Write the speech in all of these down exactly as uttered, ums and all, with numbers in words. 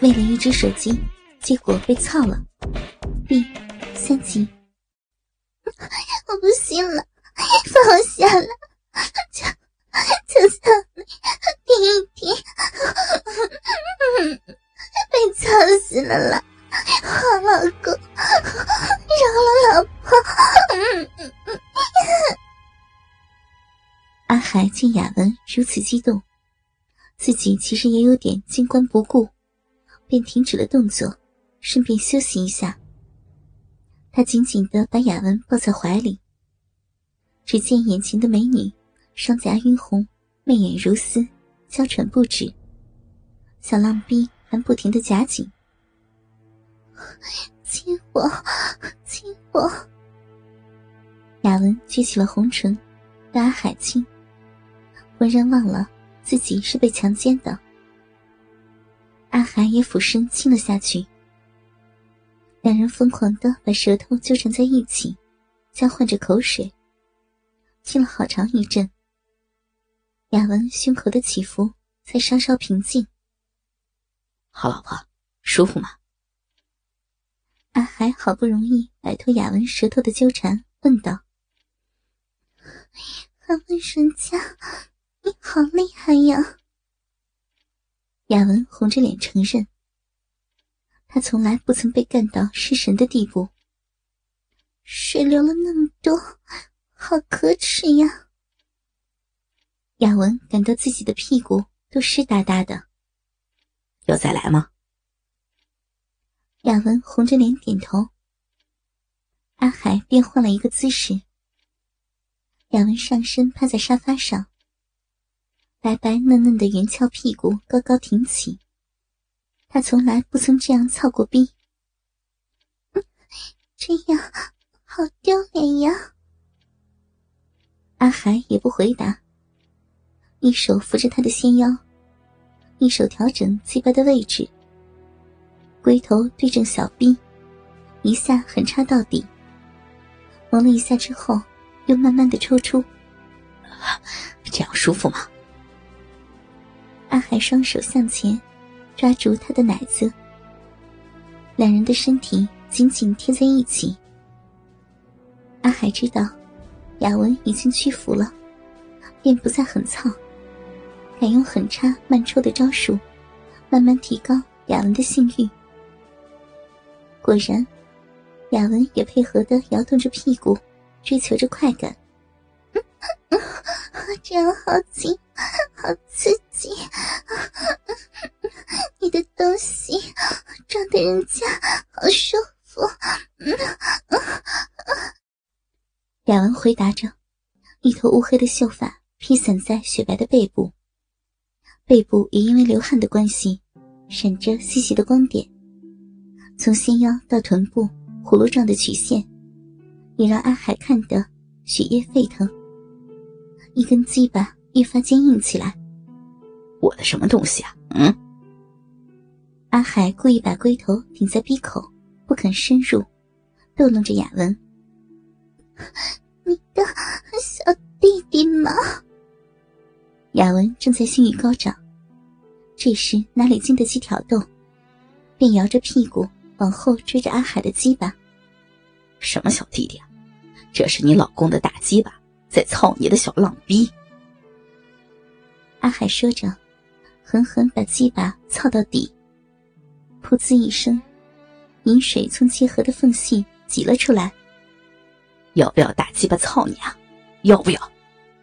为了一只手机，结果被操了。第三集。 我不行了，放我下来，求求求你停一停，被操死了啦！好老公，饶了老婆。 阿海见雅文如此激动，自己其实也有点见关不顾，便停止了动作，顺便休息一下。他紧紧地把雅文抱在怀里，只见眼前的美女双颊晕红，媚眼如丝，娇喘不止，小浪逼还不停地夹紧。 亲我，亲我！ 雅文撅起了红唇，对阿海亲，浑然忘了自己是被强奸的。阿海也俯身亲了下去，两人疯狂地把舌头纠缠在一起，交换着口水，亲了好长一阵。雅文胸口的起伏才稍稍平静。 好老婆，舒服吗？ 阿海好不容易摆脱雅文舌头的纠缠，问道： 韩文神家，你好厉害呀！ 雅文红着脸承认，他从来不曾被干到失神的地步。 水流了那么多，好可耻呀！ 雅文感到自己的屁股都湿哒哒的。 要再来吗？ 雅文红着脸点头。阿海便换了一个姿势。雅文上身趴在沙发上，白白嫩嫩的圆翘屁股高高挺起，他从来不曾这样操过逼。 嗯，这样好丢脸呀！ 阿海也不回答，一手扶着他的纤腰，一手调整鸡巴的位置，龟头对正小臂，一下狠插到底，磨了一下之后又慢慢的抽出。 这样舒服吗？ 阿海双手向前抓住他的奶子，两人的身体紧紧贴在一起。阿海知道雅文已经屈服了，便不再狠操，改用狠插慢抽的招数，慢慢提高雅文的性欲。果然，雅文也配合地摇动着屁股，追求着快感。 这样好紧，好刺激！你的东西撞得人家好舒服。 雅文回答着，一头乌黑的秀发披散在雪白的背部，背部也因为流汗的关系，闪着细细的光点。从纤腰到臀部葫芦状的曲线，也让阿海看得血液沸腾，一根鸡巴越发坚硬起来。 我的什么东西啊？嗯？ 阿海故意把龟头顶在鼻口，不肯深入，逗弄着雅文。 你的小弟弟吗？ 雅文正在性欲高涨，这时哪里经得起挑逗，便摇着屁股往后追着阿海的鸡巴。 什么小弟弟啊？这是你老公的大鸡巴在操你的小浪逼。 阿海说着，狠狠把鸡巴操到底，噗呲一声，饮水从结合的缝隙挤了出来。 要不要大鸡巴操你啊？要不要？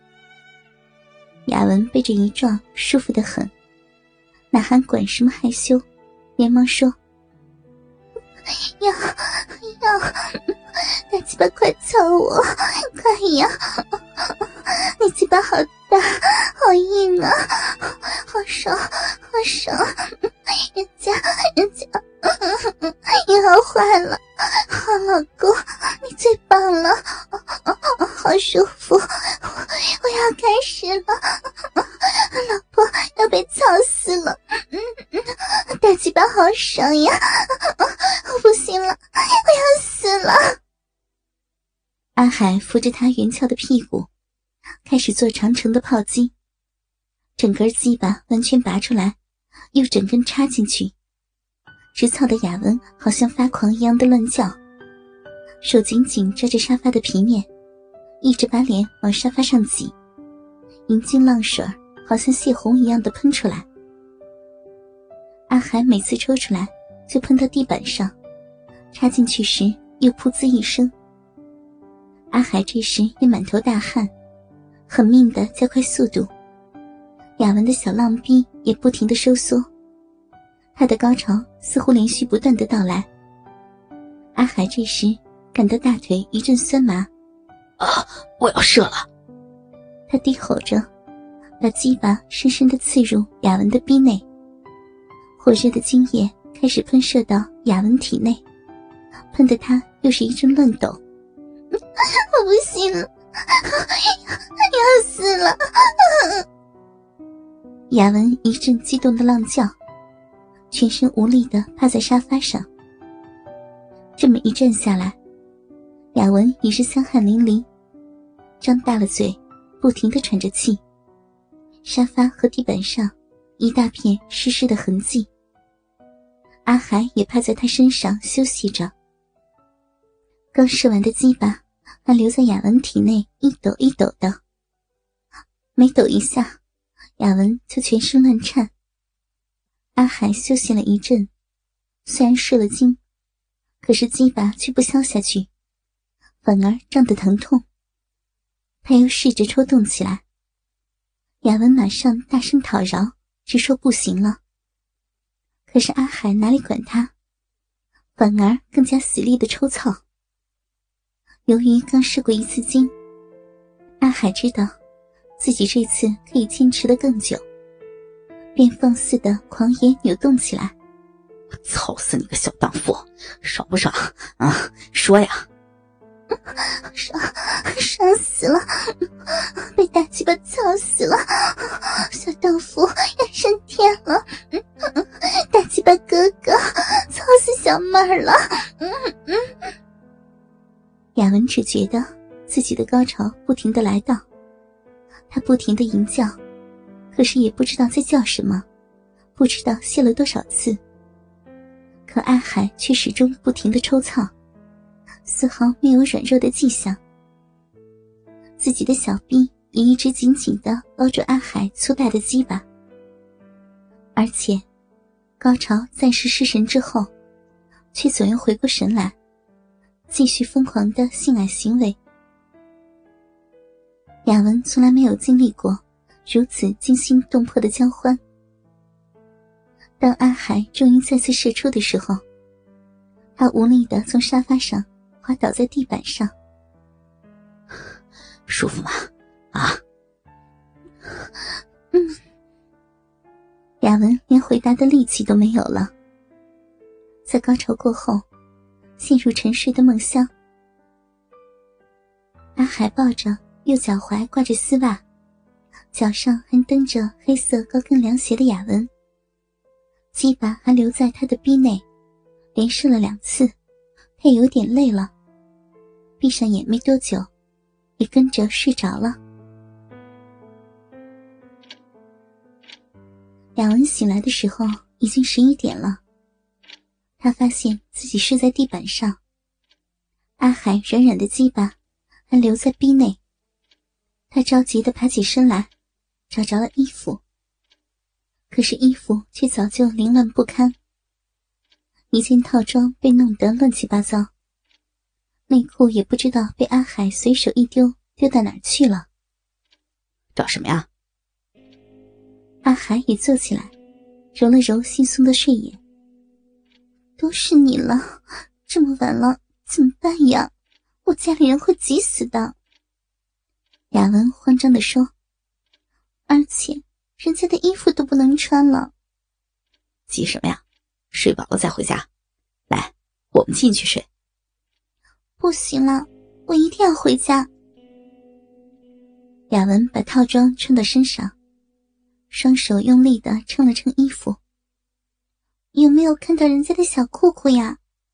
雅文被这一撞舒服得很，哪还管什么害羞，连忙说： 要要，大鸡巴快操我，快呀！你鸡巴好大，好硬啊，好爽，好爽！人家人家你好坏了，好老公，你最棒了，好舒服，我要开始了，老婆要被操死了，大鸡巴好爽呀！我不行了，我要死了！ 阿海扶着他圆翘的屁股，开始做长程的炮击，整根鸡巴完全拔出来，又整根插进去， 直操的雅文好像发狂一样的乱叫，手紧紧抓着沙发的皮面，一直把脸往沙发上挤，银晶浪水好像泄洪一样的喷出来。阿海每次抽出来就喷到地板上，插进去时又噗呲一声。阿海这时也满头大汗，狠命地加快速度，雅文的小浪逼也不停地收缩，他的高潮似乎连续不断地到来。阿海这时感到大腿一阵酸麻， 啊，我要射了！ 他低吼着，把鸡巴深深地刺入雅文的逼内，火热的精液开始喷射到雅文体内，喷得他又是一阵乱抖。 我不行了，要死了！ 雅文一阵激动的浪叫，全身无力地趴在沙发上。这么一站下来，雅文已是香汗淋漓，张大了嘴，不停地喘着气。沙发和地板上一大片湿湿的痕迹。阿海也趴在他身上休息着。刚射完的鸡巴还留在雅文体内一抖一抖的，每抖一下，雅文就全身乱颤。阿海休息了一阵，虽然射了精，可是鸡巴却不消下去，反而胀得疼痛。他又试着抽动起来，雅文马上大声讨饶，直说不行了。可是阿海哪里管他，反而更加死力的抽操。由于刚射过一次精，阿海知道自己这次可以坚持得更久，便放肆的狂野扭动起来。 操死你个小荡妇，爽不爽啊？说呀！ 爽，爽死了，被大鸡巴操死了，小荡妇要升天了，大鸡巴哥哥操死小妹儿了。嗯嗯。 雅文只觉得自己的高潮不停地来到，他不停地吟叫，可是也不知道在叫什么，不知道泄了多少次。可阿海却始终不停地抽操，丝毫没有软弱的迹象。自己的小臂也一直紧紧地抱住阿海粗大的鸡巴，而且高潮暂时失神之后，却总又回过神来，继续疯狂的性爱行为。雅文从来没有经历过如此惊心动魄的交欢。当阿海终于再次射出的时候，他无力地从沙发上滑倒在地板上。 舒服吗？啊？ 嗯。 雅文连回答的力气都没有了。在高潮过后，陷入沉睡的梦乡。阿海抱着右脚踝挂着丝袜，脚上还蹬着黑色高跟凉鞋的雅文，鸡巴还留在他的逼内，连射了两次，他也有点累了，闭上眼没多久，也跟着睡着了。雅文醒来的时候已经十一点了，他发现自己睡在地板上，阿海软软的鸡巴还留在逼内。他着急地爬起身来，找着了衣服，可是衣服却早就凌乱不堪，一件套装被弄得乱七八糟，内裤也不知道被阿海随手一丢，丢到哪儿去了。 找什么呀？ 阿海也坐起来，揉了揉惺忪的睡眼。 都是你了，这么晚了怎么办呀？我家里人会急死的。 雅文慌张地说， 而且人家的衣服都不能穿了。 急什么呀？睡饱了再回家。来，我们进去睡。 不行了，我一定要回家。 雅文把套装穿到身上，双手用力地撑了撑衣服。 有没有看到人家的小裤裤呀？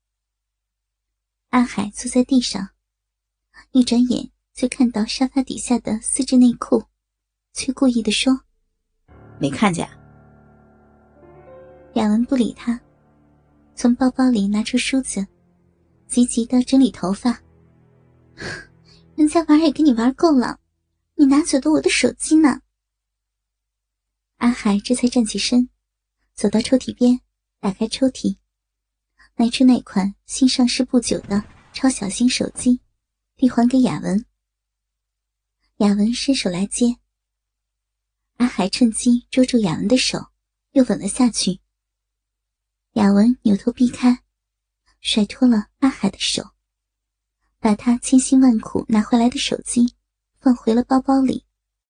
阿海坐在地上，一转眼就看到沙发底下的丝质内裤，却故意地说： 没看见。 雅文不理他， 从包包里拿出梳子，急急地整理头发。 人家玩也跟你玩够了，你拿走的我的手机呢？ 阿海这才站起身，走到抽屉边，打开抽屉，拿出那款新上市不久的超小型手机，递还给雅文。雅文伸手来接，阿海趁机捉住雅文的手，又吻了下去。雅文扭头避开，甩脱了阿海的手，把他千辛万苦拿回来的手机放回了包包里。